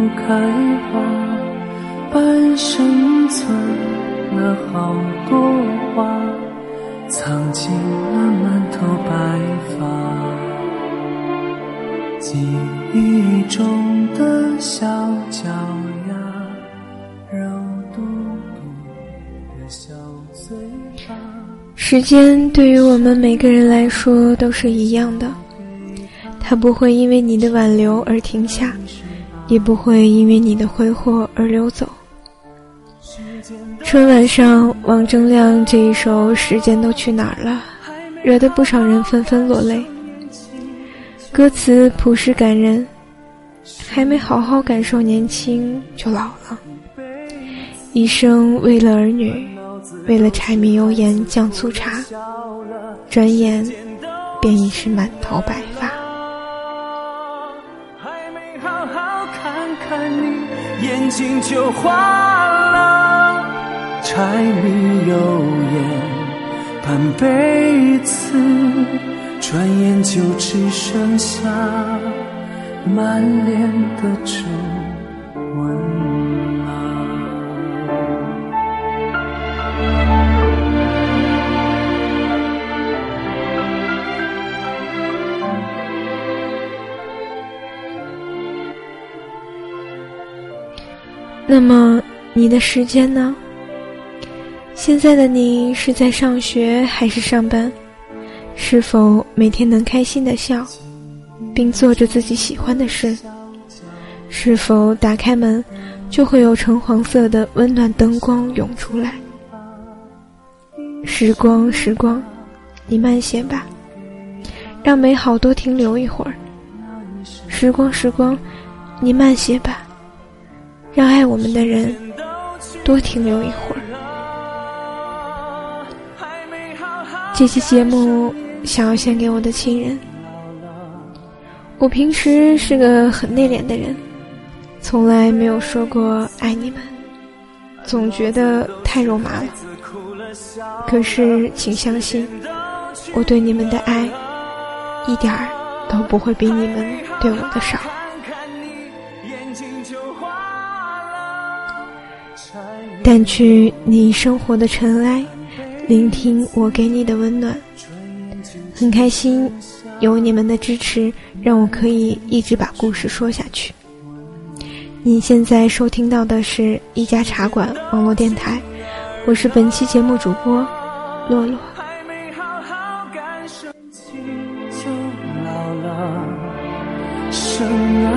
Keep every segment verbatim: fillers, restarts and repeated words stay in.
开花，半生存了好多话，藏进了满头白发。记忆中的小脚丫，肉嘟嘟的小嘴巴。 时间对于我们每个人来说都是一样的，它不会因为你的挽留而停下，也不会因为你的挥霍而流走。春晚上王铮亮这一首《时间都去哪儿了》，惹得不少人纷纷落泪。歌词朴实感人，还没好好感受年轻就老了，一生为了儿女，为了柴米油盐酱醋茶，转眼便已是满头白发。 还没好好看看你，眼睛就花了，柴米油盐半辈子，转眼就只剩下满脸的皱纹了。 那么你的时间呢？现在的你是在上学还是上班？是否每天能开心地笑，并做着自己喜欢的事？是否打开门就会有橙黄色的温暖灯光涌出来？时光时光，你慢些吧，让美好多停留一会儿。时光时光，你慢些吧，让爱我们的人多停留一会儿。这期节目想要献给我的亲人。我平时是个很内敛的人，从来没有说过爱你们，总觉得太肉麻了。可是请相信，我对你们的爱一点儿都不会比你们对我的少。掸去你生活的尘埃，聆听我给你的温暖。很开心有你们的支持，让我可以一直把故事说下去。你现在收听到的是一家茶馆网络电台，我是本期节目主播洛洛。 还没好好感受起就老了，生儿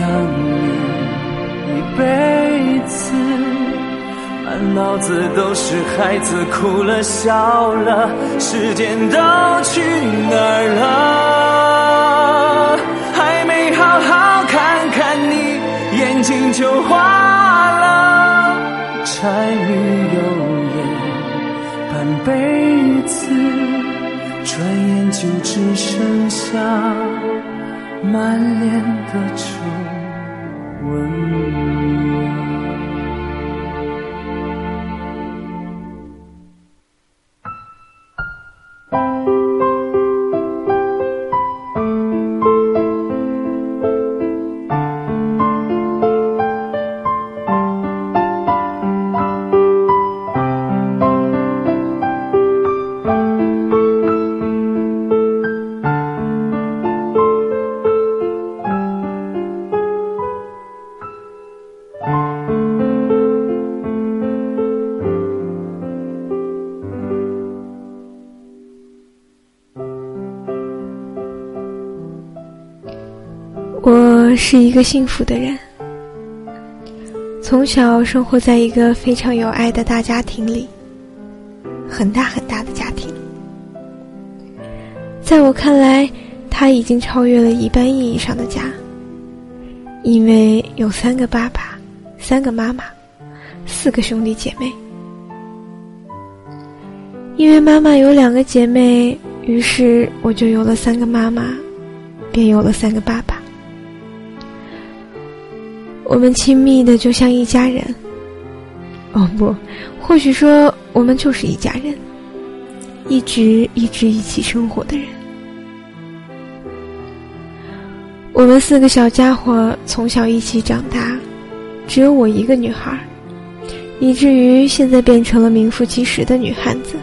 养女一辈子，满脑子都是孩子哭了笑了，时间都去哪儿了？还没好好看看你，眼睛就花了，柴米油盐半辈子，转眼就只剩下满脸的皱纹。 我是一个幸福的人，从小生活在一个非常有爱的大家庭里，很大很大的家庭。在我看来，它已经超越了一般意义上的家，因为有三个爸爸，三个妈妈，四个兄弟姐妹。因为妈妈有两个姐妹，于是我就有了三个妈妈，便有了三个爸爸。我们亲密的就像一家人，哦不，或许说我们就是一家人，一直一直一起生活的人。我们四个小家伙从小一起长大， 只有我一个女孩，以至于现在变成了名副其实的女汉子。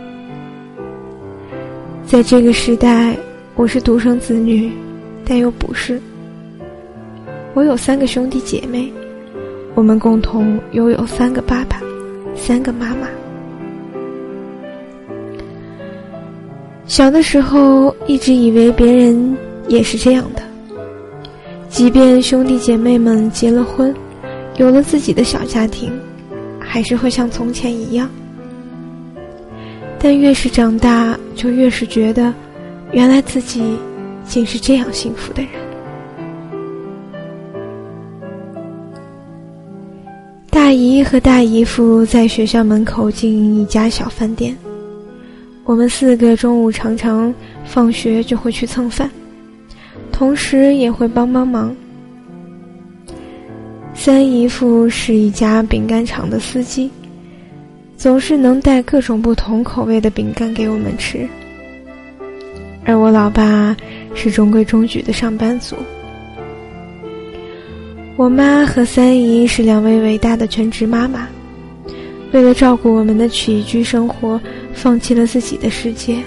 在这个时代，我是独生子女，但又不是。我有三个兄弟姐妹，我们共同拥有三个爸爸，三个妈妈。小的时候一直以为别人也是这样的，即便兄弟姐妹们结了婚，有了自己的小家庭，还是会像从前一样。但越是长大，就越是觉得原来自己竟是这样幸福的人。大姨和大姨夫在学校门口经营一家小饭店，我们四个中午常常放学就会去蹭饭，同时也会帮帮忙。三姨夫是一家饼干厂的司机，总是能带各种不同口味的饼干给我们吃。而我老爸是中规中矩的上班族。我妈和三姨是两位伟大的全职妈妈，为了照顾我们的起居生活，放弃了自己的世界。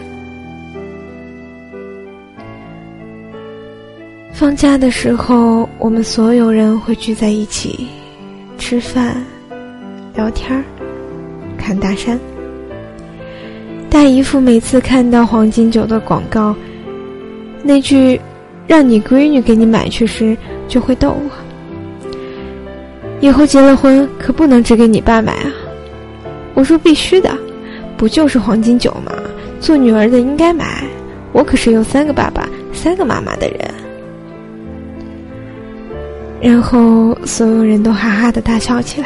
放假的时候，我们所有人会聚在一起吃饭、聊天、看大山。大姨夫每次看到黄金酒的广告，那句让你闺女给你买去时，就会逗我，以后结了婚可不能只给你爸买啊。我说必须的，不就是黄金酒吗？做女儿的应该买，我可是有三个爸爸三个妈妈的人。然后所有人都哈哈地大笑起来。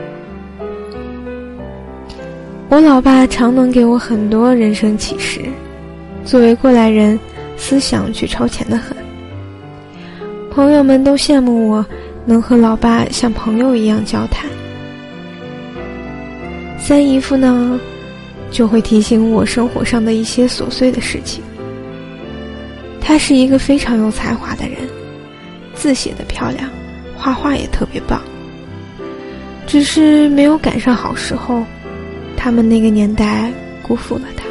我老爸常能给我很多人生启示，作为过来人，思想却超前得很。朋友们都羡慕我能和老爸像朋友一样交谈。三姨夫呢，就会提醒我生活上的一些琐碎的事情。他是一个非常有才华的人，字写得漂亮，画画也特别棒，只是没有赶上好时候，他们那个年代辜负了他。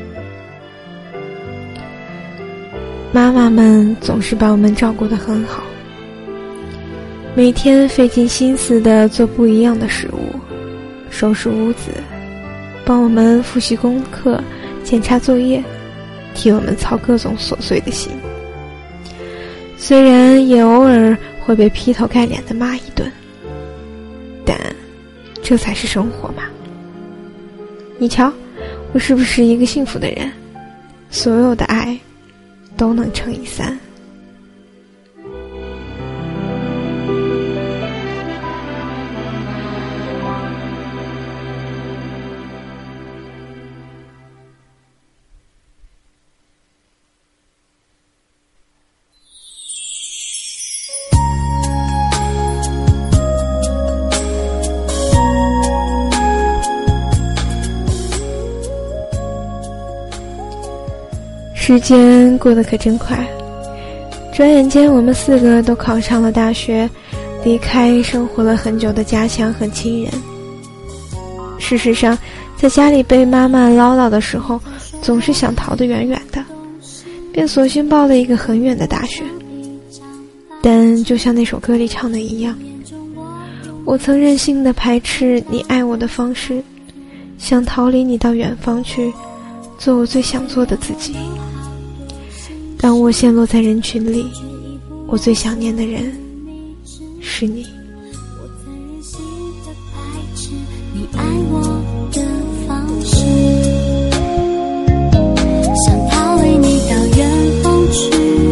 妈妈们总是把我们照顾得很好，每天费尽心思地做不一样的食物，收拾屋子，帮我们复习功课，检查作业，替我们操各种琐碎的心。虽然也偶尔会被劈头盖脸地骂一顿，但这才是生活嘛。你瞧，我是不是一个幸福的人？所有的爱都能乘以三。时间过得可真快，转眼间我们四个都考上了大学，离开生活了很久的家乡和亲人。事实上，在家里被妈妈唠叨的时候，总是想逃得远远的，便索性报了一个很远的大学。但就像那首歌里唱的一样，我曾任性地排斥你爱我的方式，想逃离你到远方去，做我最想做的自己。当我陷落在人群里，我最想念的人是你。 我曾任性地排斥你爱我的方式，想逃离你到远方去，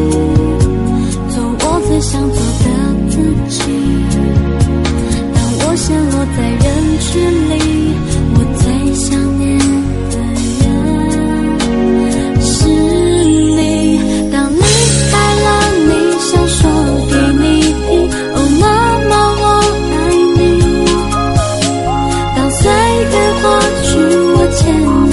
做我最想做的自己。当我陷落在人群里，我最想念的人是你。当离开了你想说给你听，哦妈妈我爱你。当岁月过去我牵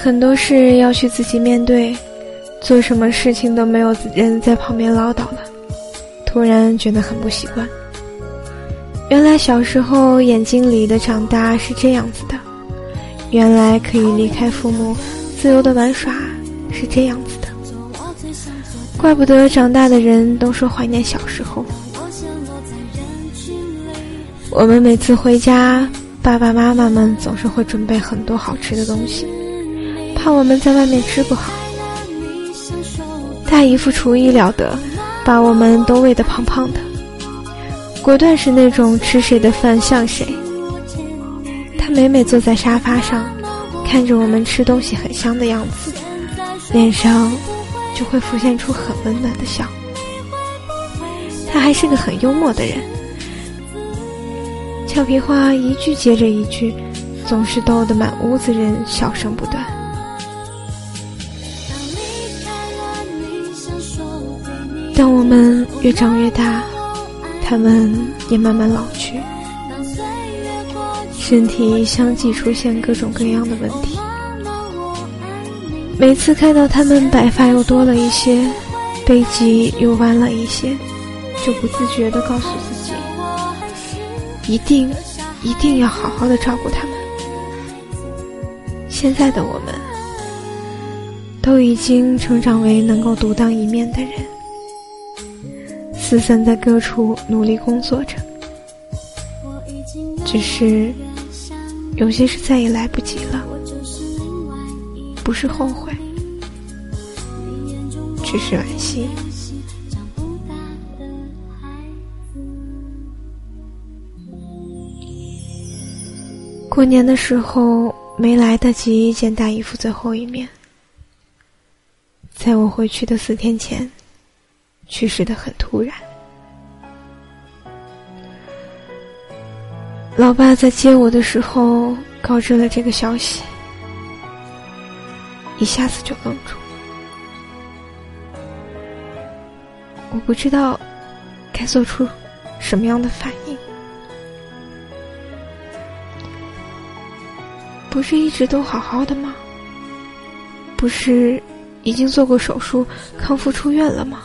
很多事要去自己面对，做什么事情都没有人在旁边唠叨了，突然觉得很不习惯。原来小时候眼睛里的长大是这样子的，原来可以离开父母自由的玩耍是这样子的，怪不得长大的人都说怀念小时候。我们每次回家，爸爸妈妈们总是会准备很多好吃的东西，怕我们在外面吃不好。大姨夫厨艺了得，把我们都喂得胖胖的，果断是那种吃谁的饭像谁。他每每坐在沙发上，看着我们吃东西很香的样子，脸上就会浮现出很温暖的笑。他还是个很幽默的人，俏皮话一句接着一句，总是逗得满屋子人笑声不断。当我们越长越大，他们也慢慢老去，身体相继出现各种各样的问题。每次看到他们白发又多了一些，背脊又弯了一些，就不自觉地告诉自己，一定一定要好好的照顾他们。现在的我们都已经成长为能够独当一面的人，四散在各处努力工作着，只是有些事再也来不及了，不是后悔，只是惋惜。过年的时候没来得及见大姨夫最后一面，在我回去的四天前去世得很突然。老爸在接我的时候告知了这个消息，一下子就愣住，我不知道该做出什么样的反应。不是一直都好好的吗？不是已经做过手术康复出院了吗？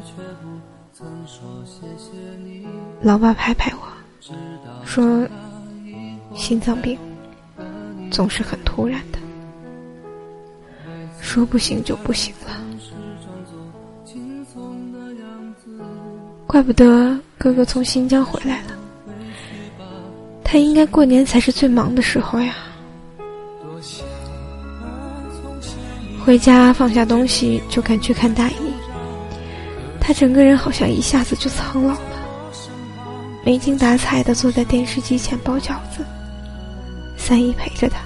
老爸拍拍我说，心脏病总是很突然的，说不行就不行了。怪不得哥哥从新疆回来了，他应该过年才是最忙的时候呀。回家放下东西就赶去看大姨，他整个人好像一下子就苍老了，没精打采地坐在电视机前包饺子，三姨陪着他。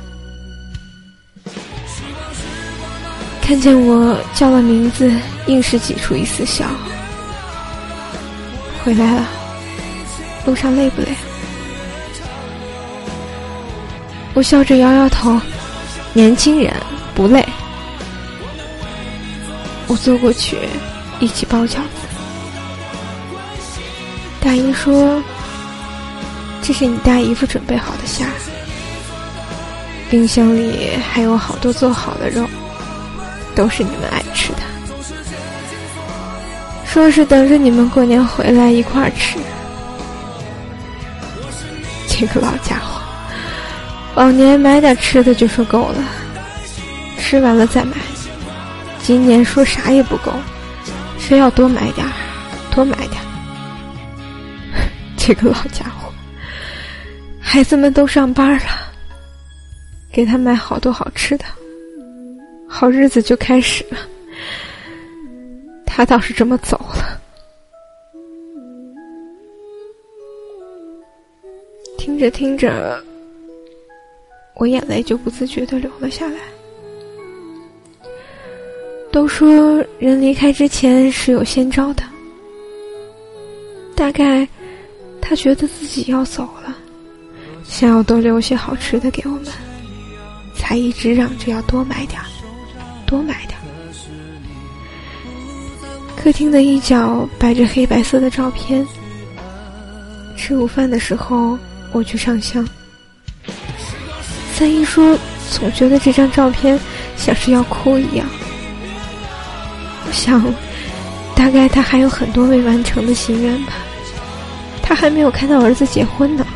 看见我叫了名字，硬是挤出一丝笑。回来了，路上累不累？我笑着摇摇头，年轻人不累。我坐过去一起包饺子。大姨说，这是你大姨夫准备好的虾，冰箱里还有好多做好的肉，都是你们爱吃的，说是等着你们过年回来一块儿吃。这个老家伙往年买点吃的就说够了，吃完了再买，今年说啥也不够，非要多买点多买点。这个老家伙，孩子们都上班了，给他买好多好吃的，好日子就开始了。他倒是这么走了。听着听着，我眼泪就不自觉地流了下来。都说人离开之前是有先兆的，大概他觉得自己要走了，想要多留些好吃的给我们，才一直嚷着要多买点多买点。客厅的一角摆着黑白色的照片，吃午饭的时候我去上香，三姨说总觉得这张照片像是要哭一样。我想，大概他还有很多未完成的心愿吧，他还没有看到儿子结婚呢。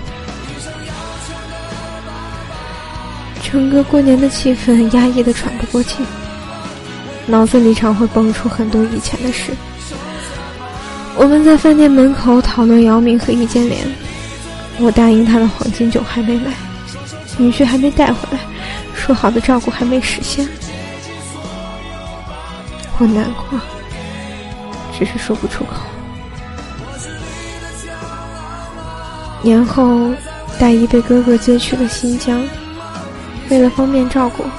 整个过年的气氛压抑得喘不过气，脑子里常会蹦出很多以前的事。我们在饭店门口讨论姚明和易建联，我答应他的黄金酒还没买，女婿还没带回来，说好的照顾还没实现。我难过，只是说不出口。年后，大姨被哥哥接去了新疆，为了方便照顾。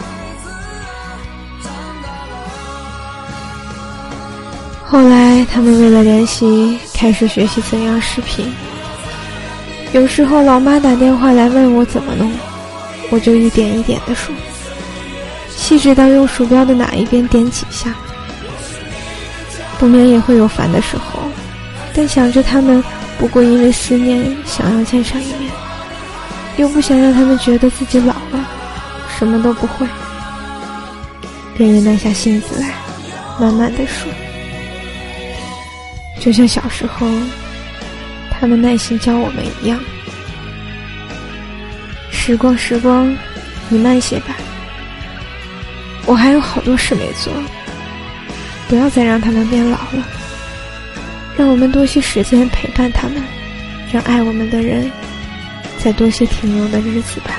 后来他们为了联系，开始学习怎样视频。有时候老妈打电话来问我怎么弄，我就一点一点地说，细致到用鼠标的哪一边点几下。不免也会有烦的时候，但想着他们不过因为思念想要见上一面，又不想让他们觉得自己老了什么都不会，便也耐下性子来慢慢地说。就像小时候他们耐心教我们一样，时光时光，你慢些吧，我还有好多事没做，不要再让他们变老了，让我们多些时间陪伴他们，让爱我们的人再多些停留的日子吧。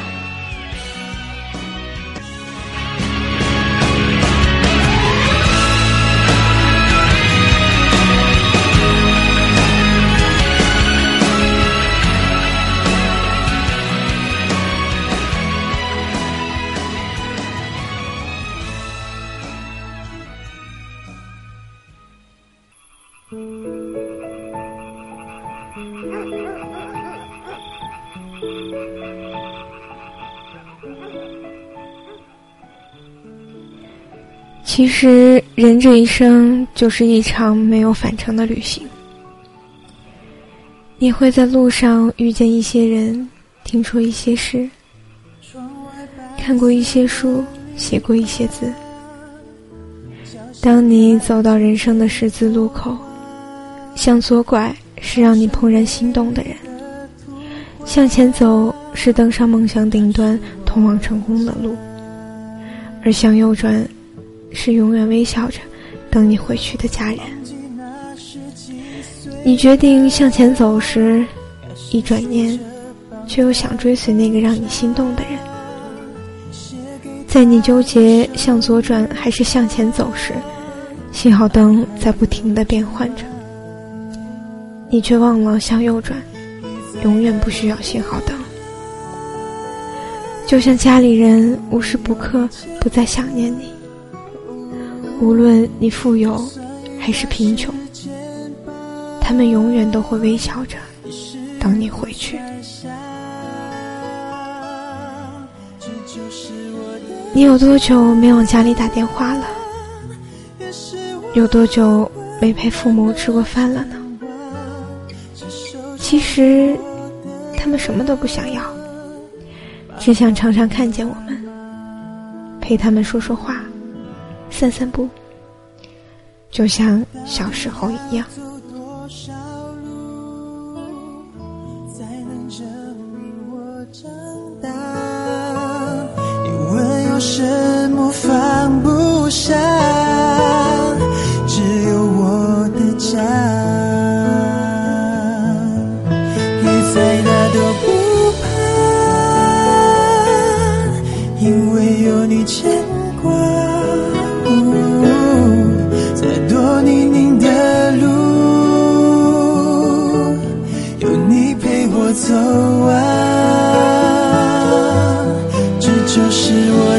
其实人这一生就是一场没有返程的旅行，你会在路上遇见一些人，听说一些事，看过一些书，写过一些字。当你走到人生的十字路口，向左拐是让你怦然心动的人，向前走是登上梦想顶端通往成功的路，而向右转是永远微笑着等你回去的家人。你决定向前走时，一转念却又想追随那个让你心动的人。在你纠结向左转还是向前走时，信号灯在不停地变换着，你却忘了向右转永远不需要信号灯。就像家里人无时不刻不再想念你，无论你富有还是贫穷，他们永远都会微笑着等你回去。你有多久没往家里打电话了？有多久没陪父母吃过饭了呢？其实他们什么都不想要，只想常常看见我们，陪他们说说话，散散步，就像小时候一样。 你问有什么放不下，只有我的家，你再大都不怕，因为有你牵挂。再多泥泞的路，有你陪我走啊。就是我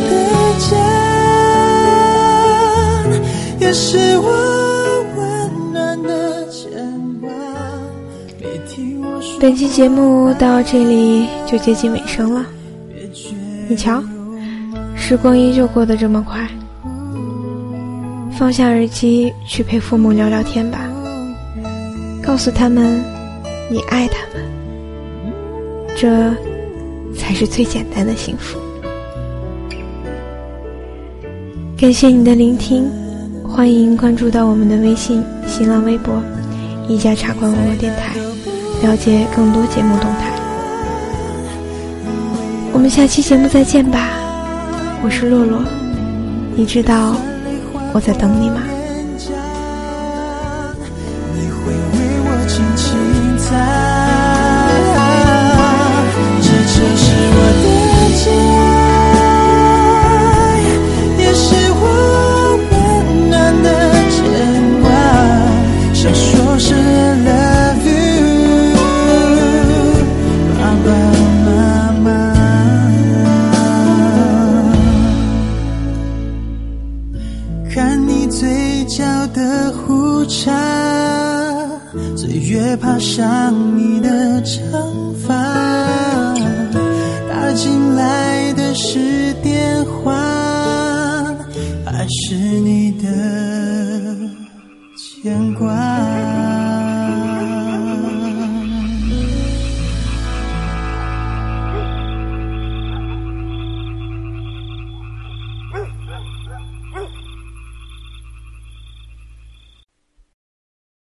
的家，也是我温暖的牵挂。 本期节目到这里就接近尾声了，你瞧，时光依旧过得这么快。放下耳机，去陪父母聊聊天吧，告诉他们你爱他们，这才是最简单的幸福。 感谢你的聆听，欢迎关注到我们的微信、新浪微博一家茶馆网络电台，了解更多节目动态。我们下期节目再见吧，我是洛洛，你知道我在等你吗？ 你会为我轻轻擦，这就是我的家，也是我温暖的牵挂，想说是 love you 爸爸妈妈。看你嘴角的胡茬，岁月爬上你的长发，打进来的是电话，还是你